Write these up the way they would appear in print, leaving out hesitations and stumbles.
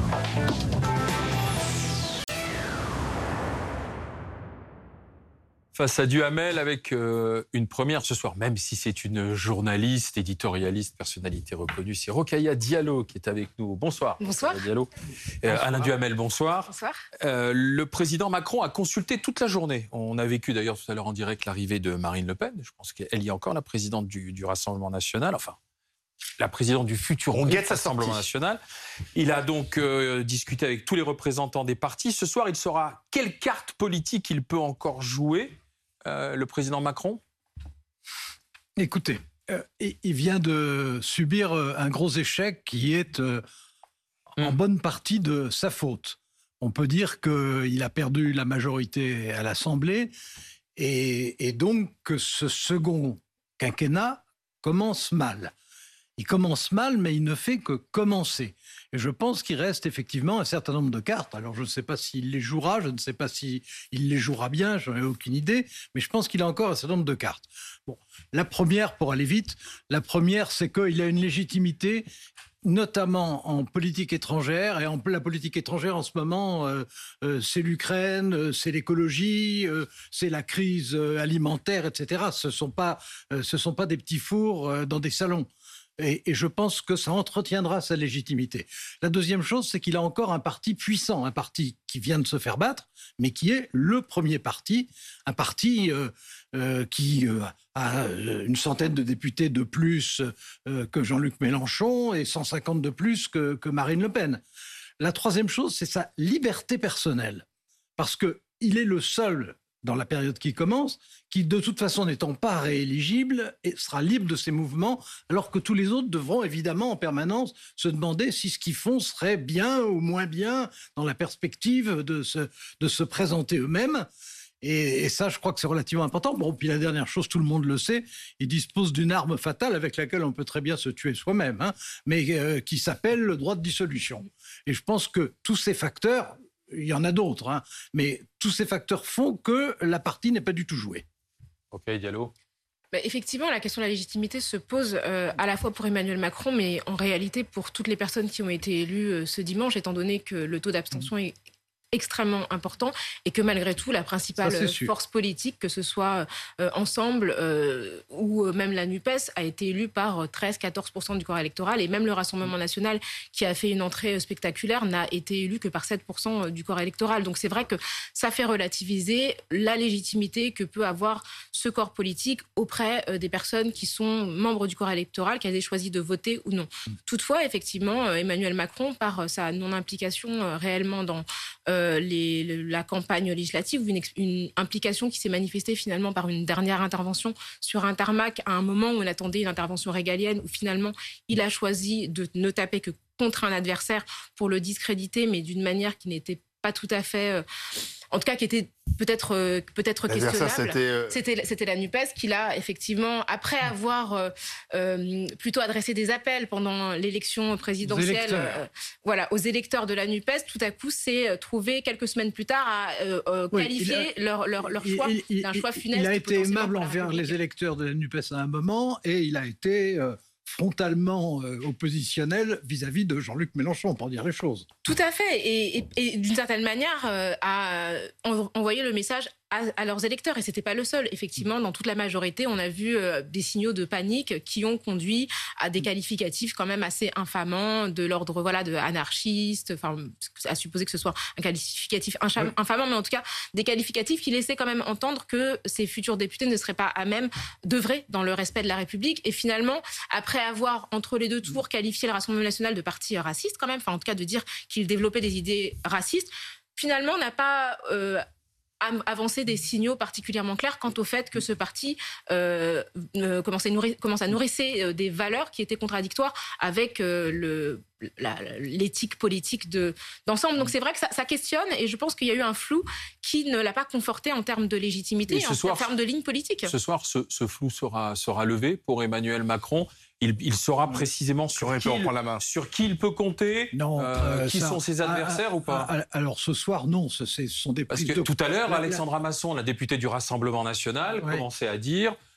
Face à Duhamel avec une première ce soir, même si c'est une journaliste, éditorialiste, personnalité reconnue, c'est Rokhaya Diallo qui est avec nous. Bonsoir. Bonsoir. Diallo. Alain Duhamel, bonsoir. Bonsoir. Le président Macron a consulté toute la journée. On a vécu d'ailleurs tout à l'heure en direct l'arrivée de Marine Le Pen. Je pense qu'elle y est encore, la présidente du Rassemblement national. Enfin, la présidente du futur Rassemblement national. Il a donc discuté avec tous les représentants des partis. Ce soir, il saura quelle carte politique il peut encore jouer, le président Macron. Écoutez, il vient de subir un gros échec qui est en bonne partie de sa faute. On peut dire qu'il a perdu la majorité à l'Assemblée et donc que ce second quinquennat commence mal. Il commence mal, mais il ne fait que commencer. Et je pense qu'il reste effectivement un certain nombre de cartes. Alors, je ne sais pas s'il les jouera, je ne sais pas s'il les jouera bien, je n'en ai aucune idée, mais je pense qu'il a encore un certain nombre de cartes. Bon, la première, pour aller vite, la première, c'est qu'il a une légitimité, notamment en politique étrangère. Et la politique étrangère, en ce moment, c'est l'Ukraine, c'est l'écologie, c'est la crise alimentaire, etc. Ce sont pas des petits fours dans des salons. Et je pense que ça entretiendra sa légitimité. La deuxième chose, c'est qu'il a encore un parti puissant, un parti qui vient de se faire battre, mais qui est le premier parti, un parti qui a une centaine de députés de plus que Jean-Luc Mélenchon et 150 de plus que Marine Le Pen. La troisième chose, c'est sa liberté personnelle, parce qu'il est le seul dans la période qui commence, qui de toute façon n'étant pas rééligible, sera libre de ses mouvements, alors que tous les autres devront évidemment en permanence se demander si ce qu'ils font serait bien ou moins bien dans la perspective de se présenter eux-mêmes. Et ça, je crois que c'est relativement important. Bon, puis la dernière chose, tout le monde le sait, il dispose d'une arme fatale avec laquelle on peut très bien se tuer soi-même, mais qui s'appelle le droit de dissolution. Et je pense que tous ces facteurs... Il y en a d'autres, mais tous ces facteurs font que la partie n'est pas du tout jouée. Ok, Diallo. Effectivement, la question de la légitimité se pose à la fois pour Emmanuel Macron, mais en réalité pour toutes les personnes qui ont été élues ce dimanche, étant donné que le taux d'abstention est extrêmement important et que malgré tout, la principale force politique, que ce soit Ensemble ou même la NUPES, a été élue par 13-14% du corps électoral et même le Rassemblement national, qui a fait une entrée spectaculaire, n'a été élu que par 7% du corps électoral. Donc c'est vrai que ça fait relativiser la légitimité que peut avoir ce corps politique auprès des personnes qui sont membres du corps électoral, qu'elles aient choisi de voter ou non. Toutefois, effectivement, Emmanuel Macron, par sa non-implication réellement dans la campagne législative, une implication qui s'est manifestée finalement par une dernière intervention sur un tarmac à un moment où on attendait une intervention régalienne, où finalement il a choisi de ne taper que contre un adversaire pour le discréditer, mais d'une manière qui n'était pas tout à fait... en tout cas, qui était peut-être questionnable. C'était la NUPES qui l'a effectivement, après avoir plutôt adressé des appels pendant l'élection présidentielle aux électeurs de la NUPES, tout à coup s'est trouvé quelques semaines plus tard à qualifier leur choix d'un choix funeste. Il a été aimable envers les électeurs de la NUPES à un moment et il a été... frontalement oppositionnel vis-à-vis de Jean-Luc Mélenchon, pour dire les choses. Tout à fait, et d'une certaine manière, a envoyé le message à leurs électeurs, et c'était pas le seul. Effectivement, dans toute la majorité, on a vu des signaux de panique qui ont conduit à des qualificatifs quand même assez infamants, de l'ordre de anarchiste, enfin, à supposer que ce soit un qualificatif infamant, mais en tout cas des qualificatifs qui laissaient quand même entendre que ces futurs députés ne seraient pas à même d'œuvrer dans le respect de la République. Et finalement, après avoir entre les deux tours qualifié le Rassemblement national de parti raciste quand même, enfin en tout cas de dire qu'il développait des idées racistes, finalement on n'a pas avancer des signaux particulièrement clairs quant au fait que ce parti commence à nourrir des valeurs qui étaient contradictoires avec l'éthique politique d'ensemble. Donc c'est vrai que ça questionne, et je pense qu'il y a eu un flou qui ne l'a pas conforté en termes de légitimité et en termes de ligne politique. Ce soir, ce flou sera levé pour Emmanuel Macron. Il saura précisément sur qui il peut compter, qui sont ses adversaires ou pas. Alors ce soir, non, ce sont des prises de... Tout à l'heure, Alexandra Masson, la députée du Rassemblement national, commençait à dire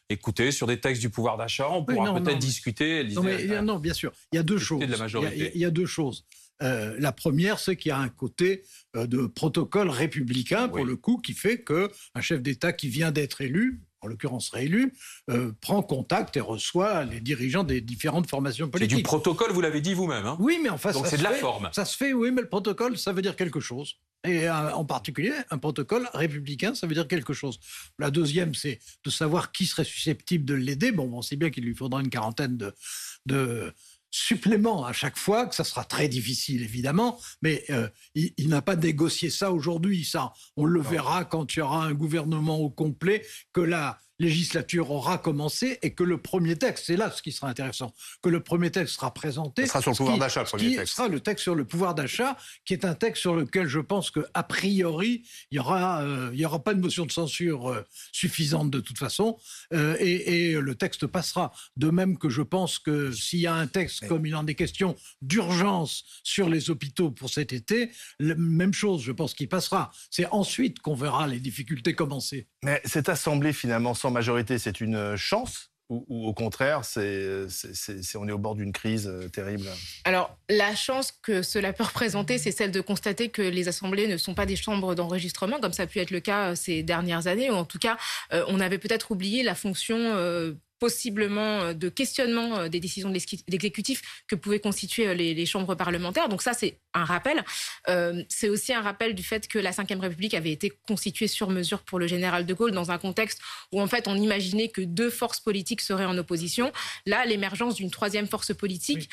Écoutez, sur des textes du pouvoir d'achat, on pourra peut-être discuter. Non, bien sûr. Il y a deux choses. Il y a deux choses. La première, c'est qu'il y a un côté de protocole républicain, pour le coup, qui fait qu'un chef d'État qui vient d'être élu, en l'occurrence réélu, prend contact et reçoit les dirigeants des différentes formations politiques. C'est du protocole, vous l'avez dit vous-même. Hein. Oui, mais enfin, donc c'est de la forme. Ça se fait, oui, mais le protocole, ça veut dire quelque chose. Et en particulier, un protocole républicain, ça veut dire quelque chose. La deuxième, c'est de savoir qui serait susceptible de l'aider. Bon, on sait bien qu'il lui faudra une quarantaine de suppléments à chaque fois, que ça sera très difficile, évidemment, mais il n'a pas négocié ça aujourd'hui. Ça, on le verra quand il y aura un gouvernement au complet, que la législature aura commencé et que le premier texte, c'est là ce qui sera intéressant, que le premier texte sera présenté. Ce sera sur le pouvoir d'achat, le premier texte. Ce sera le texte sur le pouvoir d'achat, qui est un texte sur lequel je pense qu'a priori, il y aura pas de motion de censure suffisante de toute façon, et le texte passera. De même que je pense que s'il y a un texte, comme il en est question, d'urgence sur les hôpitaux pour cet été, même chose, je pense qu'il passera. C'est ensuite qu'on verra les difficultés commencer. Mais cette assemblée, finalement, sans majorité, c'est une chance ou au contraire, on est au bord d'une crise terrible? Alors, la chance que cela peut représenter, c'est celle de constater que les assemblées ne sont pas des chambres d'enregistrement, comme ça a pu être le cas ces dernières années, ou en tout cas, on avait peut-être oublié la fonction possiblement de questionnement des décisions de l'exécutif que pouvaient constituer les chambres parlementaires. Donc ça, c'est un rappel. C'est aussi un rappel du fait que la Ve République avait été constituée sur mesure pour le général de Gaulle dans un contexte où, en fait, on imaginait que deux forces politiques seraient en opposition. Là, l'émergence d'une troisième force politique,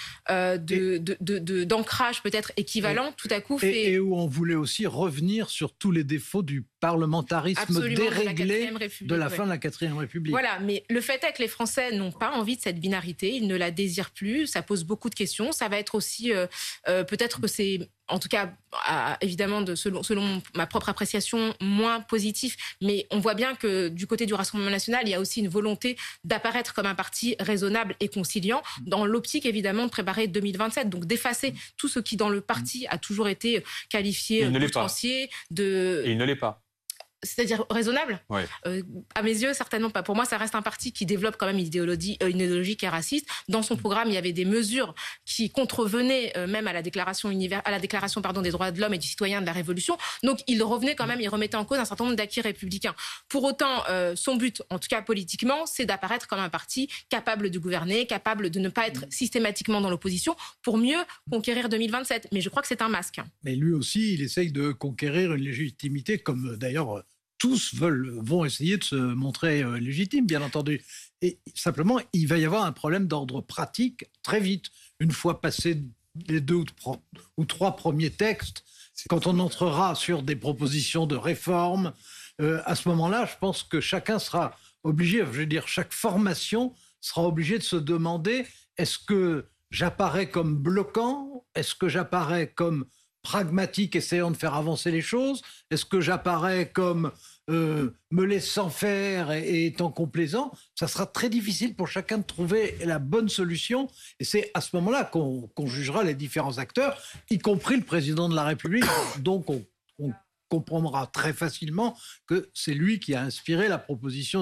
d'ancrage peut-être équivalent, tout à coup fait... Et où on voulait aussi revenir sur tous les défauts du parlementarisme déréglé de la fin de la Quatrième République. Voilà, mais le fait est que les Français n'ont pas envie de cette binarité, ils ne la désirent plus, ça pose beaucoup de questions, ça va être aussi, peut-être que c'est, en tout cas, évidemment, selon ma propre appréciation, moins positif, mais on voit bien que du côté du Rassemblement national, il y a aussi une volonté d'apparaître comme un parti raisonnable et conciliant, dans l'optique, évidemment, de préparer 2027, donc d'effacer tout ce qui, dans le parti, a toujours été qualifié d'outrancier. Et il ne l'est pas. C'est-à-dire raisonnable ? À mes yeux, certainement pas. Pour moi, ça reste un parti qui développe quand même une idéologie qui est raciste. Dans son programme, il y avait des mesures qui contrevenaient même à la déclaration des droits de l'homme et du citoyen de la Révolution. Donc, il remettait en cause un certain nombre d'acquis républicains. Pour autant, son but, en tout cas politiquement, c'est d'apparaître comme un parti capable de gouverner, capable de ne pas être systématiquement dans l'opposition pour mieux conquérir 2027. Mais je crois que c'est un masque. Mais lui aussi, il essaye de conquérir une légitimité, comme d'ailleurs... tous vont essayer de se montrer légitimes, bien entendu. Et simplement, il va y avoir un problème d'ordre pratique très vite. Une fois passés les 2 ou 3 premiers textes, quand on entrera sur des propositions de réforme, à ce moment-là, je pense que chacun sera obligé, chaque formation sera obligée de se demander, est-ce que j'apparais comme bloquant? Est-ce que j'apparais comme pragmatique, essayant de faire avancer les choses? Est-ce que j'apparais comme me laissant faire et étant complaisant? Ça sera très difficile pour chacun de trouver la bonne solution. Et c'est à ce moment-là qu'on jugera les différents acteurs, y compris le président de la République. Donc on comprendra très facilement que c'est lui qui a inspiré les propositions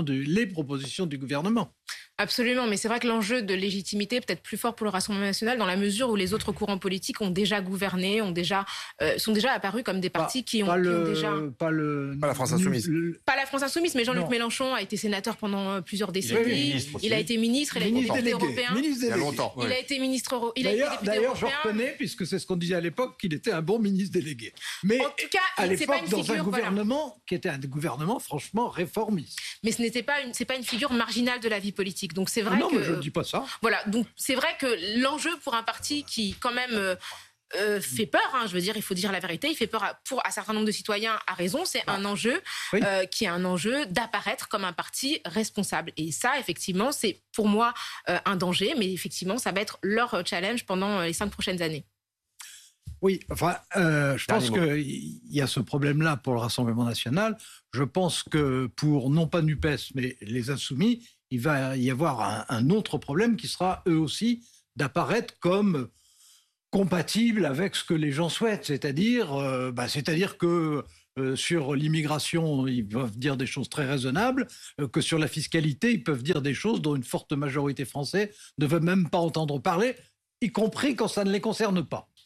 du gouvernement. Absolument, mais c'est vrai que l'enjeu de légitimité est peut-être plus fort pour le Rassemblement national dans la mesure où les autres courants politiques ont déjà gouverné, sont déjà apparus comme des partis qui ont déjà... Pas la France Insoumise. Pas la France Insoumise, mais Jean-Luc Mélenchon a été sénateur pendant plusieurs décennies. Il a été ministre, il a été député européen. Il y a longtemps. Il a été ministre D'ailleurs, je reconnais, puisque c'est ce qu'on disait à l'époque, qu'il était un bon ministre délégué. Mais en tout cas, à l'époque, dans un gouvernement qui était un gouvernement franchement réformiste. Mais c'est pas une figure marginale de la vie politique. Donc c'est vrai mais je ne dis pas ça. Voilà, donc c'est vrai que l'enjeu pour un parti qui quand même fait peur, il faut dire la vérité, il fait peur à un certain nombre de citoyens, à raison, c'est un enjeu qui est un enjeu d'apparaître comme un parti responsable. Et ça, effectivement, c'est pour moi un danger, mais effectivement, ça va être leur challenge pendant les 5 prochaines années. Oui, je pense qu'il y a ce problème-là pour le Rassemblement national. Je pense que pour, non pas NUPES, mais les Insoumis, il va y avoir un autre problème qui sera, eux aussi, d'apparaître comme compatible avec ce que les gens souhaitent, c'est-à-dire que sur l'immigration, ils peuvent dire des choses très raisonnables, que sur la fiscalité, ils peuvent dire des choses dont une forte majorité française ne veut même pas entendre parler, y compris quand ça ne les concerne pas.